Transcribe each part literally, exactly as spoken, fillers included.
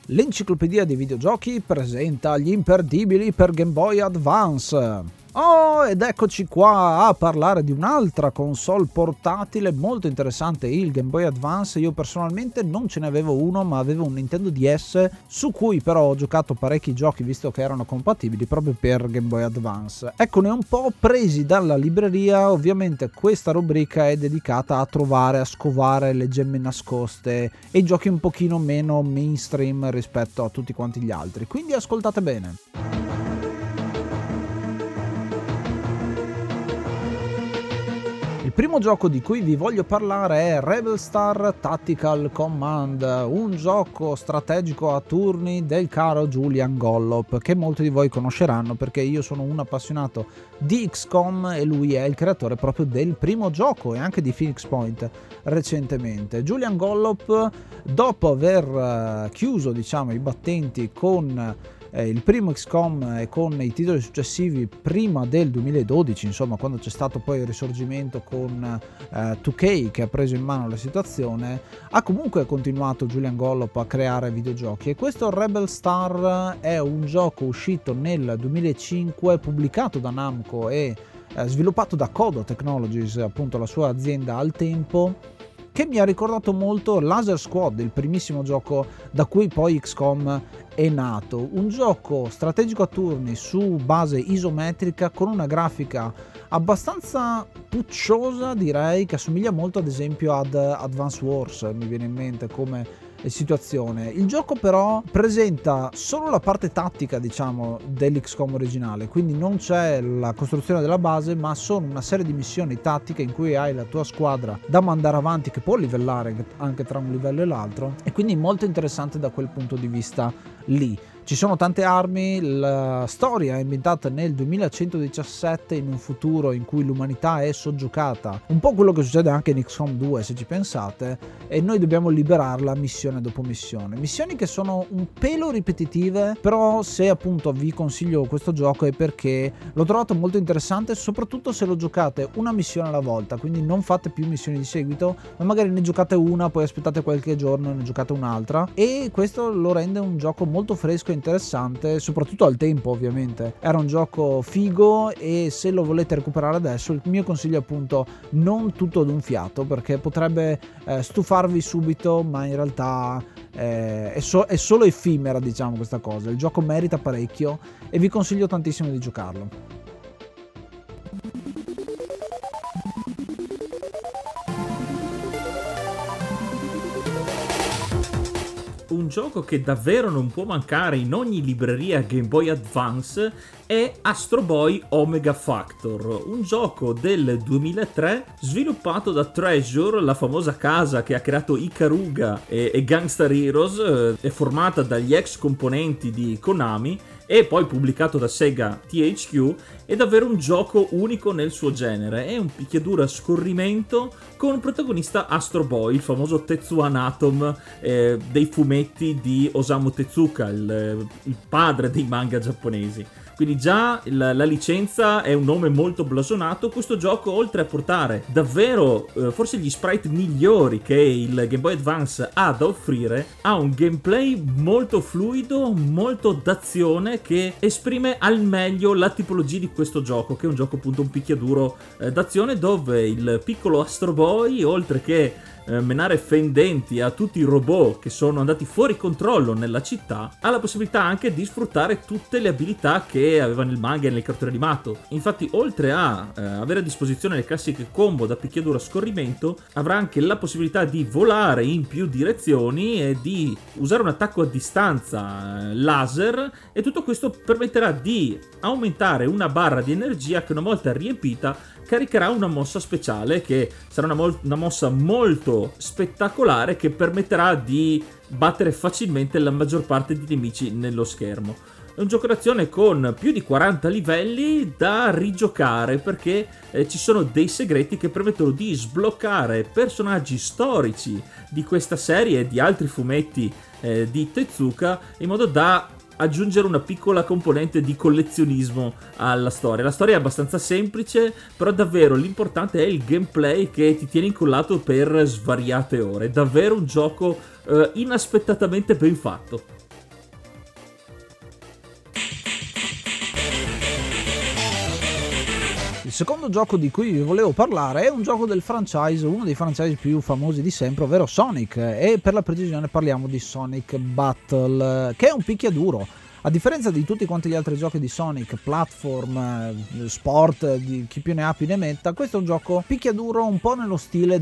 L'enciclopedia dei videogiochi presenta gli imperdibili per Game Boy Advance. Oh, ed eccoci qua a parlare di un'altra console portatile molto interessante, il Game Boy Advance. Io personalmente non ce ne avevo uno, ma avevo un Nintendo D S su cui però ho giocato parecchi giochi visto che erano compatibili proprio per Game Boy Advance. Eccone un po' presi dalla libreria. Ovviamente questa rubrica è dedicata a trovare, a scovare le gemme nascoste e i giochi un pochino meno mainstream rispetto a tutti quanti gli altri, quindi ascoltate bene. Il primo gioco di cui vi voglio parlare è Rebel Star Tactical Command, un gioco strategico a turni del caro Julian Gollop, che molti di voi conosceranno perché io sono un appassionato di X COM e lui è il creatore proprio del primo gioco e anche di Phoenix Point recentemente. Julian Gollop, dopo aver chiuso diciamo i battenti con Eh, il primo X COM e con i titoli successivi prima del duemiladodici, insomma quando c'è stato poi il risorgimento con eh, due K che ha preso in mano la situazione, ha comunque continuato Julian Gollop a creare videogiochi, e questo Rebel Star è un gioco uscito nel duemilacinque, pubblicato da Namco e eh, sviluppato da Kodo Technologies, appunto la sua azienda al tempo, che mi ha ricordato molto Laser Squad, il primissimo gioco da cui poi X COM è nato. Un gioco strategico a turni su base isometrica con una grafica abbastanza pucciosa, direi, che assomiglia molto ad esempio ad Advance Wars, mi viene in mente come situazione. Il gioco però presenta solo la parte tattica diciamo dell'X COM originale, quindi non c'è la costruzione della base, ma sono una serie di missioni tattiche in cui hai la tua squadra da mandare avanti, che può livellare anche tra un livello e l'altro, e quindi molto interessante da quel punto di vista lì. Ci sono tante armi, la storia è ambientata nel duemilacentodiciassette, in un futuro in cui l'umanità è soggiocata, un po' quello che succede anche in X COM due se ci pensate, e noi dobbiamo liberarla missione dopo missione. Missioni che sono un pelo ripetitive, però se appunto vi consiglio questo gioco è perché l'ho trovato molto interessante, soprattutto se lo giocate una missione alla volta, quindi non fate più missioni di seguito, ma magari ne giocate una, poi aspettate qualche giorno e ne giocate un'altra, e questo lo rende un gioco molto fresco e interessante, soprattutto al tempo. Ovviamente era un gioco figo, e se lo volete recuperare adesso il mio consiglio è appunto non tutto d'un fiato, perché potrebbe eh, stufarvi subito, ma in realtà eh, è, so- è solo effimera diciamo questa cosa. Il gioco merita parecchio e vi consiglio tantissimo di giocarlo. Un gioco che davvero non può mancare in ogni libreria Game Boy Advance è Astro Boy Omega Factor, un gioco del duemilatré sviluppato da Treasure, la famosa casa che ha creato Ikaruga e, e Gunstar Heroes, è formata dagli ex componenti di Konami e poi pubblicato da Sega T H Q. È davvero un gioco unico nel suo genere, è un picchiaduro a scorrimento con un protagonista Astro Boy, il famoso Tetsuan Atom eh, dei fumetti di Osamu Tezuka, il, il padre dei manga giapponesi. Quindi già la, la licenza è un nome molto blasonato. Questo gioco, oltre a portare davvero eh, forse gli sprite migliori che il Game Boy Advance ha da offrire, ha un gameplay molto fluido, molto d'azione, che esprime al meglio la tipologia di questo gioco, che è un gioco appunto un picchiaduro eh, d'azione, dove il piccolo Astro Boy, oltre che menare fendenti a tutti i robot che sono andati fuori controllo nella città, ha la possibilità anche di sfruttare tutte le abilità che aveva nel manga e nel cartone animato. Infatti, oltre a eh, avere a disposizione le classiche combo da picchiaduro a scorrimento, avrà anche la possibilità di volare in più direzioni e di usare un attacco a distanza eh, laser, e tutto questo permetterà di aumentare una barra di energia che, una volta riempita, caricherà una mossa speciale, che sarà una, mo- una mossa molto spettacolare, che permetterà di battere facilmente la maggior parte di nemici nello schermo. È un gioco d'azione con più di quaranta livelli da rigiocare, perché eh, ci sono dei segreti che permettono di sbloccare personaggi storici di questa serie e di altri fumetti eh, di Tezuka, in modo da aggiungere una piccola componente di collezionismo alla storia. La storia è abbastanza semplice, però davvero l'importante è il gameplay che ti tiene incollato per svariate ore. È davvero un gioco eh, inaspettatamente ben fatto. secondo gioco di cui vi volevo parlare è un gioco del franchise, uno dei franchise più famosi di sempre, ovvero Sonic, e per la precisione parliamo di Sonic Battle, che è un picchiaduro. A differenza di tutti quanti gli altri giochi di Sonic, platform, sport, di chi più ne ha più ne metta, questo è un gioco picchiaduro un po' nello stile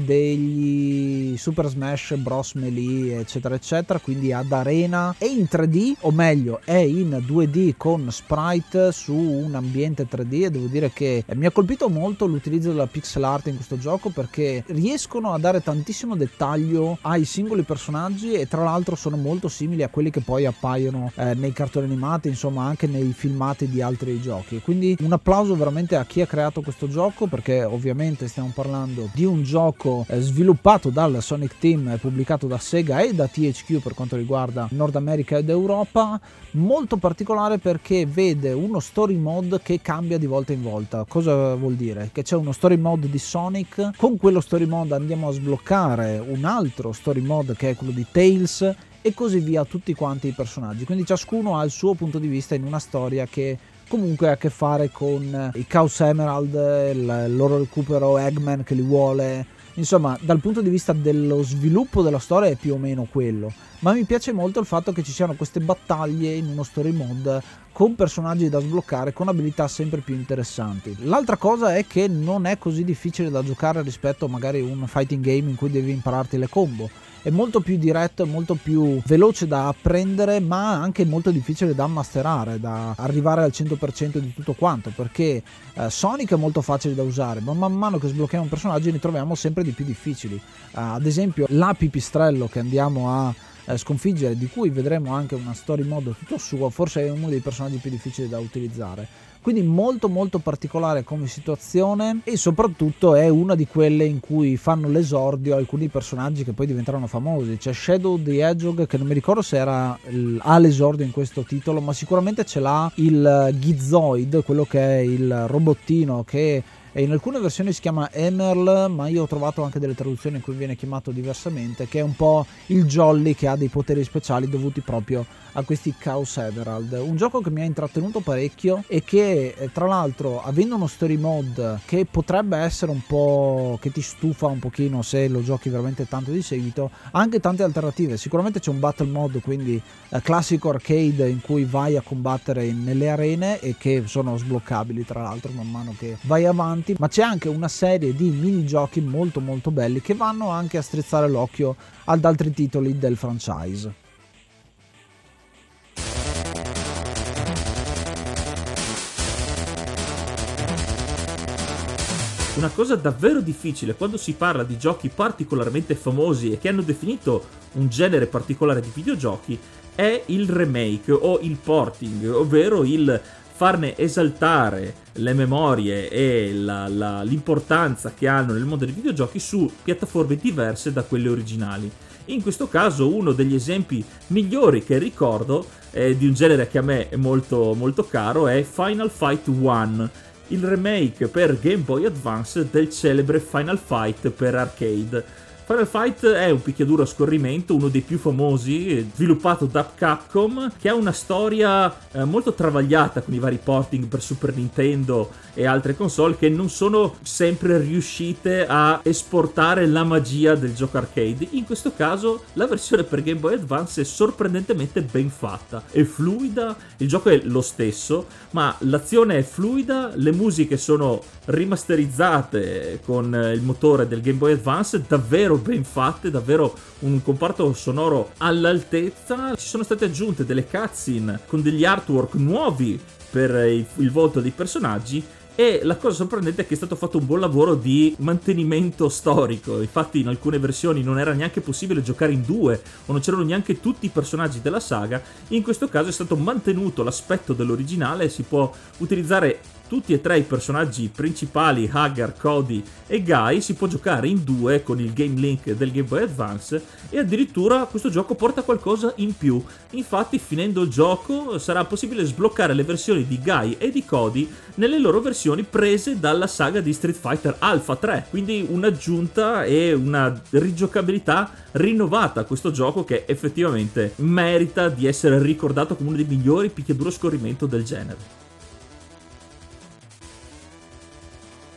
degli Super Smash Bros. Melee eccetera eccetera, quindi ad arena, è in tre D, o meglio è in due D con sprite su un ambiente tre D, e devo dire che mi ha colpito molto l'utilizzo della pixel art in questo gioco, perché riescono a dare tantissimo dettaglio ai singoli personaggi e tra l'altro sono molto simili a quelli che poi appaiono eh, nei cartoni animati, insomma anche nei filmati di altri giochi. Quindi un applauso veramente a chi ha creato questo gioco, perché ovviamente stiamo parlando di un gioco eh, sviluppato dal Sonic Team, pubblicato da Sega e da T H Q per quanto riguarda Nord America ed Europa, molto particolare perché vede uno story mode che cambia di volta in volta. Cosa vuol dire? Che c'è uno story mode di Sonic, con quello story mode andiamo a sbloccare un altro story mode che è quello di Tails, e così via tutti quanti i personaggi, quindi ciascuno ha il suo punto di vista in una storia che comunque ha a che fare con i Chaos Emerald, il loro recupero, Eggman che li vuole, insomma dal punto di vista dello sviluppo della storia è più o meno quello, ma mi piace molto il fatto che ci siano queste battaglie in uno story mode con personaggi da sbloccare con abilità sempre più interessanti. L'altra cosa è che non è così difficile da giocare rispetto a magari un fighting game in cui devi impararti le combo. È molto più diretto, è molto più veloce da apprendere, ma anche molto difficile da masterare, da arrivare al cento per cento di tutto quanto, perché eh, Sonic è molto facile da usare, ma man mano che sblocchiamo un personaggio ne troviamo sempre di più difficili. Uh, ad esempio la pipistrello che andiamo a eh, sconfiggere, di cui vedremo anche una story mode tutto suo, forse è uno dei personaggi più difficili da utilizzare. Quindi molto molto particolare come situazione, e soprattutto è una di quelle in cui fanno l'esordio alcuni personaggi che poi diventeranno famosi. C'è Shadow the Hedgehog, che non mi ricordo se era ha l'esordio in questo titolo, ma sicuramente ce l'ha il Gizoid, quello che è il robottino che e in alcune versioni si chiama Emerl, ma io ho trovato anche delle traduzioni in cui viene chiamato diversamente, che è un po' il Jolly che ha dei poteri speciali dovuti proprio a questi Chaos Emerald. Un gioco che mi ha intrattenuto parecchio e che tra l'altro, avendo uno story mode che potrebbe essere un po' che ti stufa un pochino se lo giochi veramente tanto di seguito, ha anche tante alternative. Sicuramente c'è un battle mode, quindi eh, classico arcade, in cui vai a combattere nelle arene e che sono sbloccabili tra l'altro man mano che vai avanti, ma c'è anche una serie di minigiochi molto molto belli che vanno anche a strizzare l'occhio ad altri titoli del franchise. Una cosa davvero difficile quando si parla di giochi particolarmente famosi e che hanno definito un genere particolare di videogiochi è il remake o il porting, ovvero il farne esaltare le memorie e la, la, l'importanza che hanno nel mondo dei videogiochi su piattaforme diverse da quelle originali. In questo caso uno degli esempi migliori che ricordo eh, di un genere che a me è molto, molto caro è Final Fight uno, il remake per Game Boy Advance del celebre Final Fight per arcade. Final Fight è un picchiaduro a scorrimento, uno dei più famosi, sviluppato da Capcom, che ha una storia eh, molto travagliata con i vari porting per Super Nintendo e altre console che non sono sempre riuscite a esportare la magia del gioco arcade. In questo caso la versione per Game Boy Advance è sorprendentemente ben fatta, è fluida, il gioco è lo stesso, ma l'azione è fluida, le musiche sono rimasterizzate con il motore del Game Boy Advance, davvero ben fatte, davvero un comparto sonoro all'altezza. Ci sono state aggiunte delle cutscene con degli artwork nuovi per il, il volto dei personaggi, e la cosa sorprendente è che è stato fatto un buon lavoro di mantenimento storico. Infatti in alcune versioni non era neanche possibile giocare in due o non c'erano neanche tutti i personaggi della saga. In questo caso è stato mantenuto l'aspetto dell'originale, si può utilizzare tutti e tre i personaggi principali, Hagar, Cody e Guy, si può giocare in due con il Game Link del Game Boy Advance, e addirittura questo gioco porta qualcosa in più. Infatti finendo il gioco sarà possibile sbloccare le versioni di Guy e di Cody nelle loro versioni prese dalla saga di Street Fighter Alpha tre, quindi un'aggiunta e una rigiocabilità rinnovata a questo gioco che effettivamente merita di essere ricordato come uno dei migliori picchiaduro a scorrimento del genere.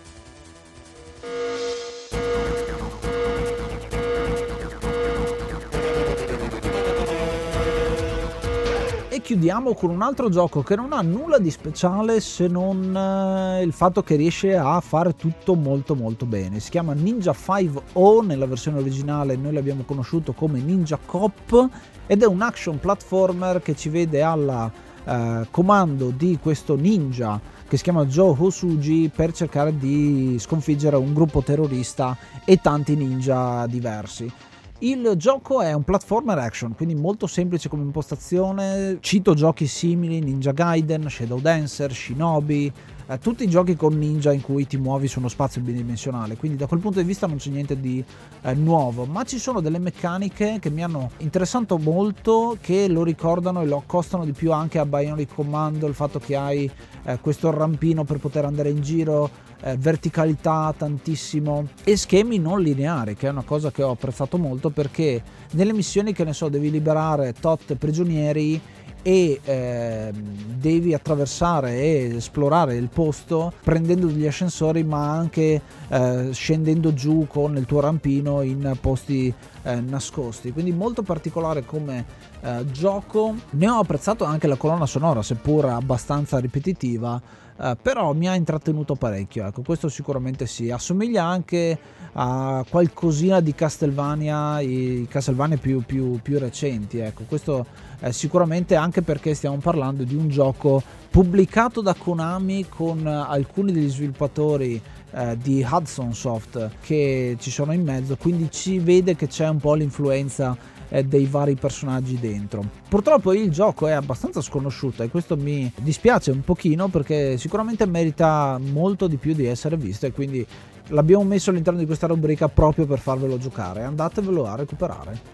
chiudiamo con un altro gioco che non ha nulla di speciale se non eh, il fatto che riesce a fare tutto molto molto bene. Si chiama Ninja cinque O, nella versione originale noi l'abbiamo conosciuto come Ninja Cop, ed è un action platformer che ci vede alla eh, comando di questo ninja che si chiama Joe Hosuji per cercare di sconfiggere un gruppo terrorista e tanti ninja diversi. Il gioco è un platformer action, quindi molto semplice come impostazione. Cito giochi simili: Ninja Gaiden, Shadow Dancer, Shinobi, eh, tutti i giochi con ninja in cui ti muovi su uno spazio bidimensionale, quindi da quel punto di vista non c'è niente di eh, nuovo, ma ci sono delle meccaniche che mi hanno interessato molto, che lo ricordano e lo accostano di più anche a Bionic Commando, il fatto che hai eh, questo rampino per poter andare in giro, Eh, verticalità tantissimo e schemi non lineari, che è una cosa che ho apprezzato molto, perché nelle missioni, che ne so, devi liberare tot prigionieri e eh, devi attraversare e esplorare il posto prendendo degli ascensori, ma anche eh, scendendo giù con il tuo rampino in posti eh, nascosti, quindi molto particolare come eh, gioco. Ne ho apprezzato anche la colonna sonora, seppur abbastanza ripetitiva, Uh, però mi ha intrattenuto parecchio, ecco, questo sicuramente sì. Assomiglia anche a qualcosina di Castlevania, i Castlevania più, più, più recenti, ecco, questo eh, sicuramente, anche perché stiamo parlando di un gioco pubblicato da Konami con alcuni degli sviluppatori eh, di Hudson Soft che ci sono in mezzo, quindi ci vede che c'è un po' l'influenza dei vari personaggi dentro. Purtroppo il gioco è abbastanza sconosciuto e questo mi dispiace un pochino, perché sicuramente merita molto di più di essere visto, e quindi l'abbiamo messo all'interno di questa rubrica proprio per farvelo giocare. Andatevelo a recuperare.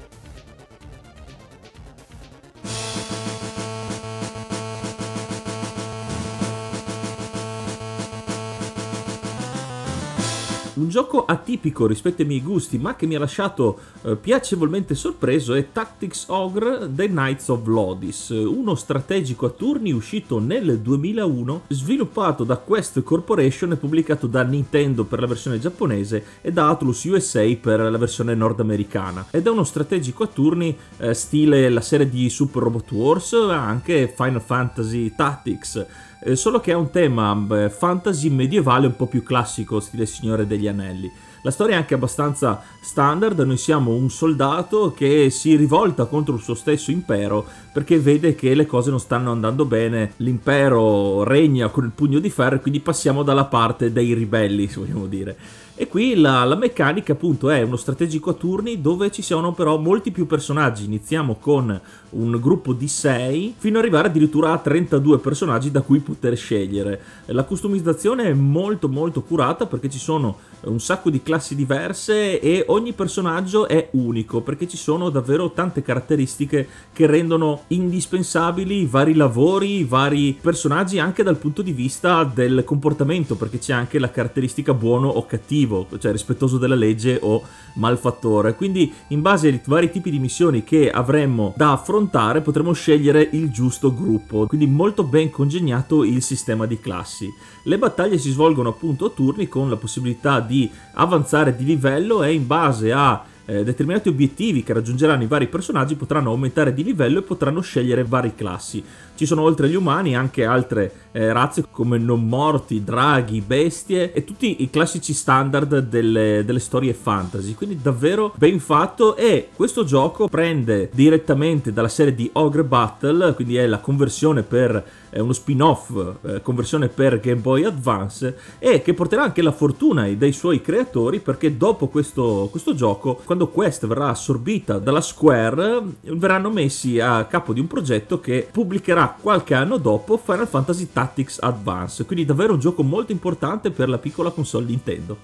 Un gioco atipico rispetto ai miei gusti, ma che mi ha lasciato eh, piacevolmente sorpreso, è Tactics Ogre The Knights of Lodis, uno strategico a turni uscito nel duemilauno, sviluppato da Quest Corporation e pubblicato da Nintendo per la versione giapponese e da Atlus U S A per la versione nordamericana. Ed è uno strategico a turni eh, stile la serie di Super Robot Wars, anche Final Fantasy Tactics, Eh, solo che ha un tema beh, fantasy medievale un po' più classico, stile Signore degli Anelli. La storia è anche abbastanza standard. Noi siamo un soldato che si rivolta contro il suo stesso impero perché vede che le cose non stanno andando bene, l'impero regna con il pugno di ferro e quindi passiamo dalla parte dei ribelli, se vogliamo dire. E qui la, la meccanica appunto è uno strategico a turni dove ci sono però molti più personaggi. Iniziamo con un gruppo di sei fino ad arrivare addirittura a trentadue personaggi da cui poter scegliere. La customizzazione è molto molto curata perché ci sono un sacco di classi diverse e ogni personaggio è unico, perché ci sono davvero tante caratteristiche che rendono indispensabili i vari lavori, i vari personaggi, anche dal punto di vista del comportamento, perché c'è anche la caratteristica buono o cattivo, cioè rispettoso della legge o malfattore. Quindi in base ai vari tipi di missioni che avremmo da affrontare potremo scegliere il giusto gruppo, quindi molto ben congegnato il sistema di classi. Le battaglie si svolgono appunto a turni con la possibilità di avanzare di livello e in base a eh, determinati obiettivi che raggiungeranno i vari personaggi potranno aumentare di livello e potranno scegliere varie classi. Ci sono oltre agli umani anche altre eh, razze come non morti, draghi, bestie e tutti i classici standard delle, delle storie fantasy, quindi davvero ben fatto. E questo gioco prende direttamente dalla serie di Ogre Battle, quindi è la conversione per eh, uno spin-off, eh, conversione per Game Boy Advance, e che porterà anche la fortuna dei suoi creatori, perché dopo questo, questo gioco, quando Quest verrà assorbita dalla Square, verranno messi a capo di un progetto che pubblicherà qualche anno dopo Final Fantasy Tactics Advance, quindi davvero un gioco molto importante per la piccola console Nintendo.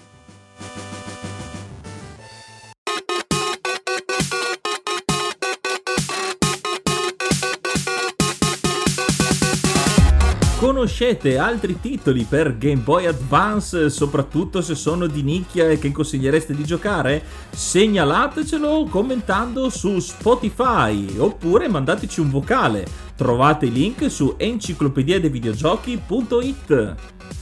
Conoscete altri titoli per Game Boy Advance, soprattutto se sono di nicchia e che consigliereste di giocare? Segnalatecelo commentando su Spotify oppure mandateci un vocale. Trovate i link su enciclopedia dei videogiochi punto it.